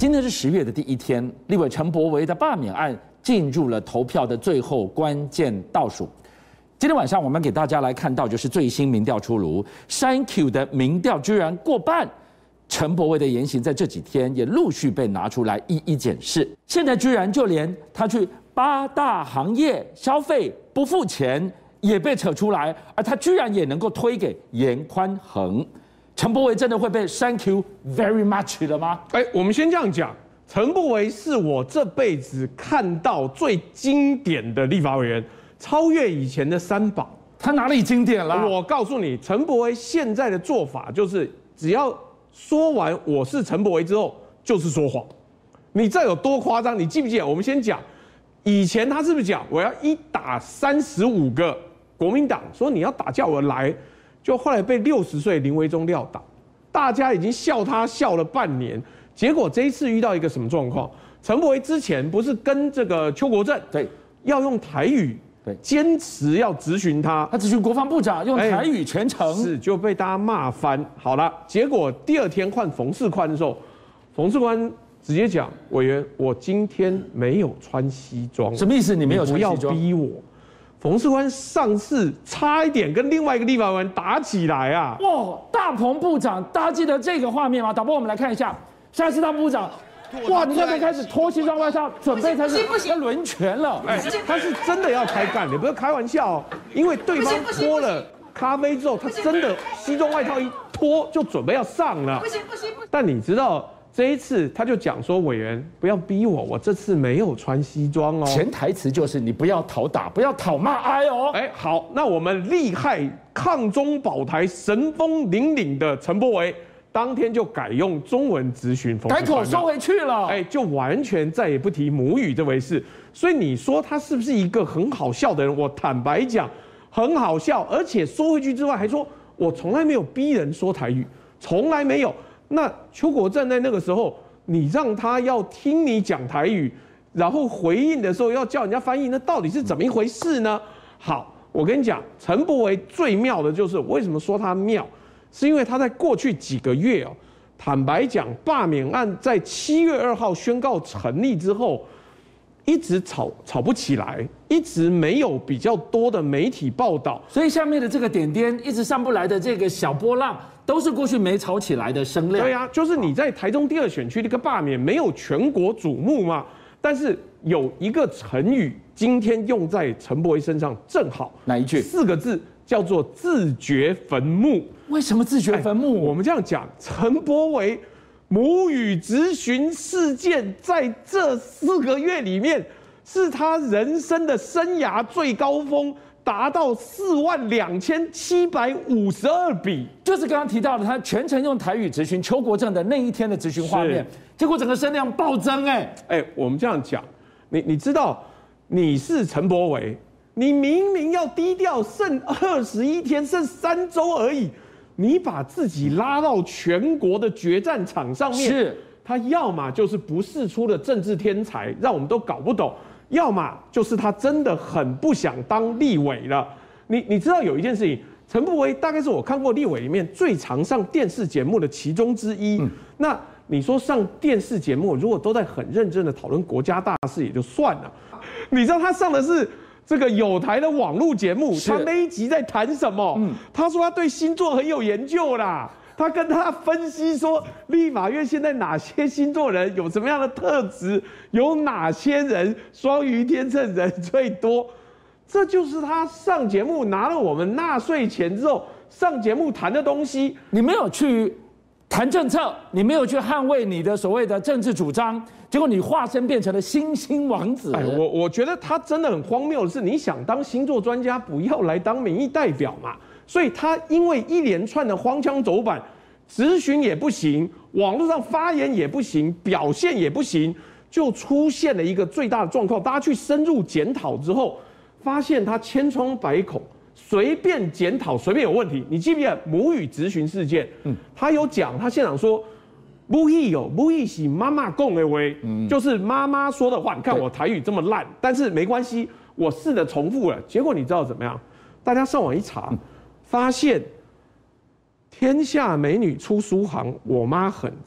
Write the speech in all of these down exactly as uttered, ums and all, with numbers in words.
今天是十月的第一天，立委陈柏惟的罢免案进入了投票的最后关键倒数。今天晚上我们给大家来看到，就是最新民调出炉 ，Thank you 的民调居然过半。陈柏惟的言行在这几天也陆续被拿出来一一检视。现在居然就连他去八大行业消费不付钱也被扯出来，而他居然也能够推给严宽恒。陈柏惟真的会被 Thank you very much 了吗？ 哎，我们先这样讲，陈柏惟是我这辈子看到最经典的立法委员，超越以前的三宝。 他哪里经典了？ 我告诉你，陈柏惟现在的做法就是只要说完我是陈柏惟之后，就是说谎。你再有多夸张，你记不记得？我们先讲，以前他是不是讲我要一打三十五个国民党，说你要打叫我来，就后来被六十岁林维忠撂倒，大家已经笑他笑了半年，结果这一次遇到一个什么状况？陈柏惟之前不是跟这个邱国正对要用台语。对，坚持要质询他， 他质询国防部长用台语全程， 是就被大家骂翻。好了，结果第二天换冯世宽的时候，冯世宽直接讲：“委员，我今天没有穿西装。” 什么意思？你没有穿西装？ 不要逼我。冯世宽上次差一点跟另外一个立法委员打起来啊！ 哇，大鹏部长，大家记得这个画面吗？导播，我们来看一下，下一次大鹏部长。哇！你那边开始脱西装外套，准备开始要轮拳了。 哎，他是真的要开干的，不是开玩笑哦。因为对方脱了咖啡之后，他真的西装外套一脱就准备要上了。不行不行不行！但你知道这一次他就讲说，委员不要逼我，我这次没有穿西装哦。 潜台词就是你不要讨打，不要讨骂哀哦。 哎，好，那我们厉害抗中保台、神风凛凛的陈柏惟。当天就改用中文质询冯世宽， 改口收回去了， 哎，就完全再也不提母语这回事。所以你说他是不是一个很好笑的人？我坦白讲，很好笑，而且说回去之外还说，我从来没有逼人说台语，从来没有。那邱国正在那个时候，你让他要听你讲台语，然后回应的时候要叫人家翻译，那到底是怎么一回事呢？好，我跟你讲，陈柏惟最妙的就是为什么说他妙？是因为他在过去几个月哦，坦白讲，罢免案在七月二号宣告成立之后，一直吵吵不起来，一直没有比较多的媒体报道， 所以下面的这个点点一直上不来的这个小波浪，都是过去没吵起来的声量。 对啊，就是你在台中第二选区的一个罢免，没有全国瞩目嘛，但是有一个成语今天用在陈柏惟身上，正好哪一句？ 四个字。叫做自掘坟墓。 为什么自掘坟墓？ 哎、我们这样讲，陈柏惟母语质询事件在这四个月里面，是他人生的生涯最高峰，达到四万两千七百五十二笔。 就是刚刚提到的，他全程用台语质询邱国正的那一天的质询画面，结果整个声量暴增、欸。哎哎，我们这样讲，你你知道你是陈柏惟。你明明要低调，剩二十一天，剩三周而已，你把自己拉到全国的决战场上面， 是他要么就是不世出的政治天才，让我们都搞不懂；要么就是他真的很不想当立委了。你你知道有一件事情，陈柏惟大概是我看过立委里面最常上电视节目的其中之一。嗯、那你说上电视节目，如果都在很认真的讨论国家大事也就算了，你知道他上的是。这个有台的网络节目，他那一集在谈什么？嗯、他说他对星座很有研究啦。他跟他分析说，立法院现在哪些星座人有什么样的特质，有哪些人双鱼天秤人最多。这就是他上节目拿了我们纳税钱之后上节目谈的东西。 你没有去谈政策，你没有去捍卫你的所谓的政治主张。结果你化身变成了星星王子。 哎，我我觉得他真的很荒谬的是，你想当星座专家，不要来当民意代表嘛。所以他因为一连串的荒腔走板，质询也不行，网络上发言也不行，表现也不行，就出现了一个最大的状况。大家去深入检讨之后，发现他千疮百孔，随便检讨随便有问题。你记不记得母语质询事件？嗯，他有讲，他现场说。母语哦，母语是妈妈讲的话，嗯、就是妈妈说的话。你看我台语这么烂，但是没关系，我试着重复了。结果你知道怎么样？大家上网一查，嗯、发现天下美女出书行，我妈很正。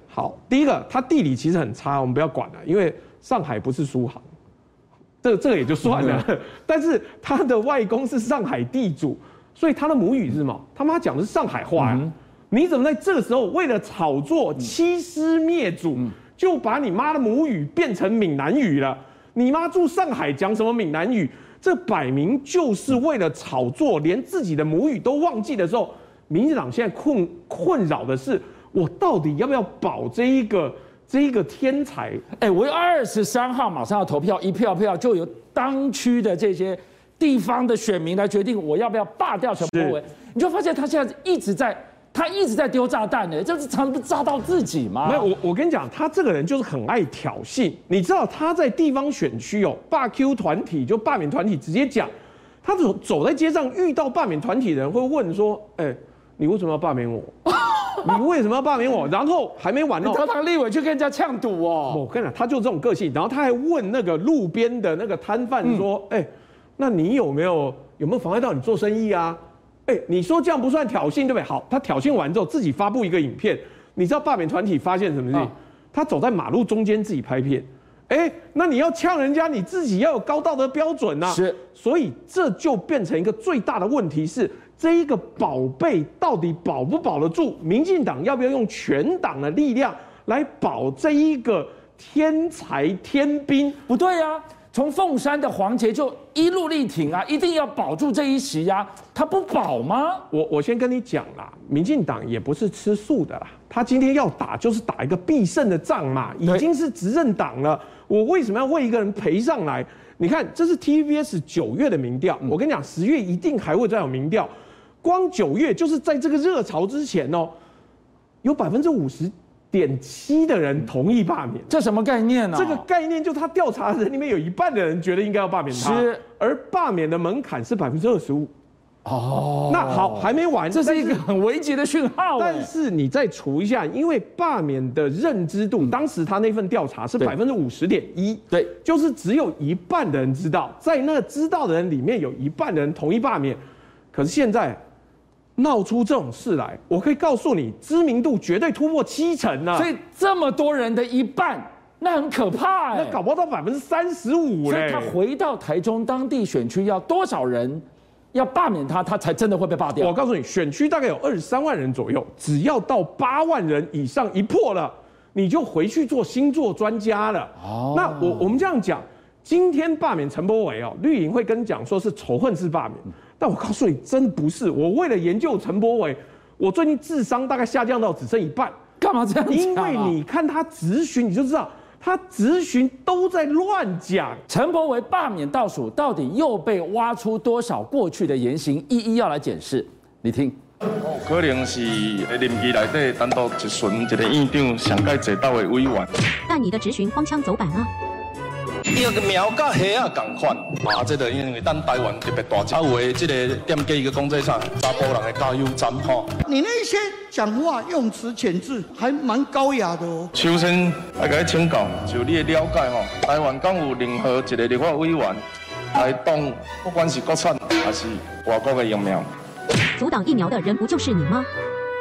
好，第一个，它地理其实很差，我们不要管了，因为上海不是苏杭，这这个也就算了。嗯、但是他的外公是上海地主，所以他的母语是什么？他妈讲的是上海话呀、啊。嗯、你怎么在这个时候为了炒作欺师灭祖，嗯、就把你妈的母语变成闽南语了？你妈住上海讲什么闽南语？这摆明就是为了炒作，连自己的母语都忘记的时候，民进党现在困困扰的是，我到底要不要保这一个这一个天才？ 哎，我二十三号马上要投票，一票票就由当区的这些地方的选民来决定我要不要罢掉陈柏惟。你就发现他现在一直在。他一直在丢炸弹呢，就是常常炸到自己吗？ 没有，我我跟你讲，他这个人就是很爱挑衅。你知道他在地方选区哦，罢 Q 团体就罢免团体直接讲，他走走在街上遇到罢免团体的人会问说：“哎、欸，你为什么要罢免我？你为什么要罢免我？”然后还没完哦， 堂堂立委去跟人家呛赌哦。 我跟你讲，他就这种个性。然后他还问那个路边的那个摊贩说：“哎、嗯欸，那你有没有有没有妨碍到你做生意啊？”哎、欸，你说这样不算挑衅，对不对？好，他挑衅完之后，自己发布一个影片。你知道罢免团体发现什么事情？啊、他走在马路中间自己拍片。哎、欸，那你要呛人家，你自己要有高道德标准呐、啊。 是， 所以这就变成一个最大的问题是，这一个宝贝到底保不保得住？民进党要不要用全党的力量来保这一个天才天兵？ 不对啊。从凤山的黄捷就一路力挺啊，一定要保住这一席啊，他不保吗？ 我我先跟你讲啦，民进党也不是吃素的啦，他今天要打就是打一个必胜的仗嘛，已经是执政党了，我为什么要为一个人赔上来？你看，这是 T V B S 九月的民调，我跟你讲，十月一定还会再有民调，光九月就是在这个热潮之前哦，有百分之五十。点七的人同意罢免， 这什么概念呢、啊？ 这个概念就他调查的人里面有一半的人觉得应该要罢免他， 是， 而罢免的门槛是百分之二十五。哦，那好，还没完， 这是一个很危急的讯号。 但是你再除一下，因为罢免的认知度，嗯、当时他那份调查是百分之五十点一， 对， 就是只有一半的人知道，在那个知道的人里面有一半的人同意罢免，可是现在。闹出这种事来，我可以告诉你，知名度绝对突破七成呢、啊。 所以这么多人的一半，那很可怕哎、 欸，那搞不好到百分之三十五嘞。 所以他回到台中当地选区，要多少人要罢免他，他才真的会被罢掉？ 我告诉你，选区大概有二十三万人左右，只要到八万人以上一破了，你就回去做星座专家了。哦，那我我们这样讲，今天罢免陈柏惟哦，绿营会跟你讲说是仇恨式罢免。嗯，但我告诉你，真不是。我为了研究陈柏惟，我最近智商大概下降到只剩一半。 干嘛这样讲、啊？ 因为你看他质询，你就知道他质询都在乱讲。 陈柏惟罢免倒数，到底又被挖出多少过去的言行，一一要来检视。你听。 可能是任期内底单独一巡一个院长上届坐到的委员。 但你的质询荒腔走板啊！ 伊个苗甲虾啊同款，啊，这个因为咱台湾特别大只，啊有诶，这个店家伊个讲这啥，查甫人的加油站吼。 你那些讲话用词遣字还蛮高雅的哦。 首先来甲你请教，就你的了解吼，台湾敢有任何一个立法委员来当，不管是国产还是外国的疫苗？ 阻挡疫苗的人不就是你吗？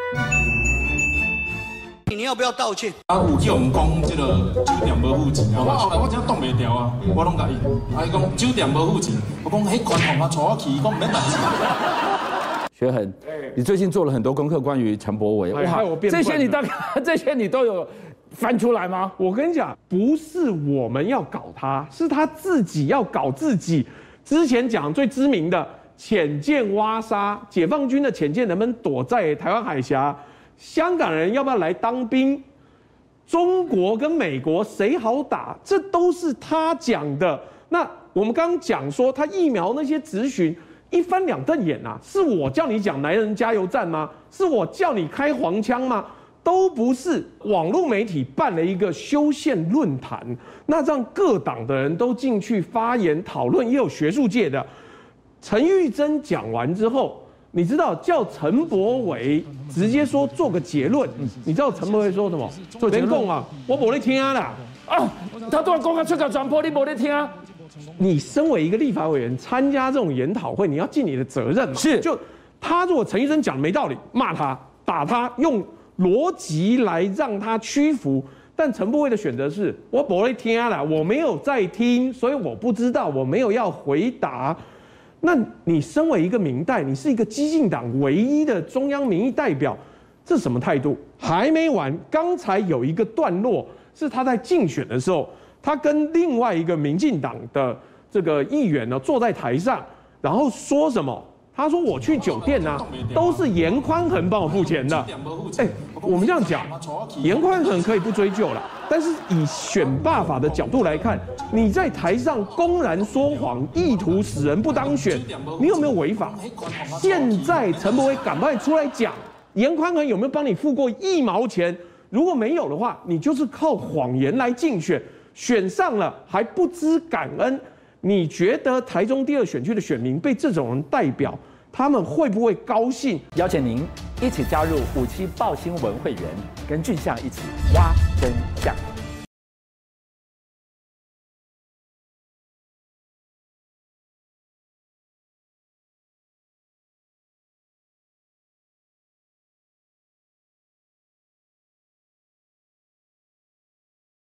你要不要道歉？ 啊，有叫我们讲这个酒店无付钱啊，我我真挡袂掉啊，我拢甲伊，啊伊讲酒店无付钱，我讲迄款项啊，带我去，讲免代志。 学恒，你最近做了很多功课关于陈柏惟， 哇， 这些你大概这些你都有翻出来吗？ 我跟你讲，不是我们要搞他，是他自己要搞自己。之前讲最知名的潜舰挖沙，解放军的潜舰能不能躲在台湾海峡？香港人要不要来当兵？中国跟美国谁好打？这都是他讲的。那我们刚刚讲说他疫苗那些质询一翻两瞪眼啊，是我叫你讲男人加油站吗？是我叫你开黄腔吗？都不是。网络媒体办了一个修宪论坛，那让各党的人都进去发言讨论，也有学术界的。陈玉珍讲完之后。你知道叫陈柏惟直接说做个结论，你知道陈柏惟说什么？做结论啊，我没在听啦。 啊，他突然公开出个传播，你没在听啊？ 你身为一个立法委员，参加这种研讨会，你要尽你的责任嘛。 是， 就他如果陈医生讲没道理，骂他、打他，用逻辑来让他屈服。但陈柏惟的选择是，我不会听了，我没有在听，所以我不知道，我没有要回答。那你身为一个民代，你是一个基进党唯一的中央民意代表，这是什么态度？还没完，刚才有一个段落是他在竞选的时候，他跟另外一个民进党的这个议员呢坐在台上，然后说什么？他说我去酒店啊，都是严宽恒帮我付钱的。哎、欸，我们这样讲，严宽恒可以不追究了，但是以选罢法的角度来看，你在台上公然说谎，意图使人不当选，你有没有违法？现在陈柏惟赶快出来讲，严宽恒有没有帮你付过一毛钱？如果没有的话，你就是靠谎言来竞选，选上了还不知感恩。你觉得台中第二选区的选民被这种人代表，他们会不会高兴？ 邀请您一起加入五七爆新闻会员，跟俊相一起挖真相。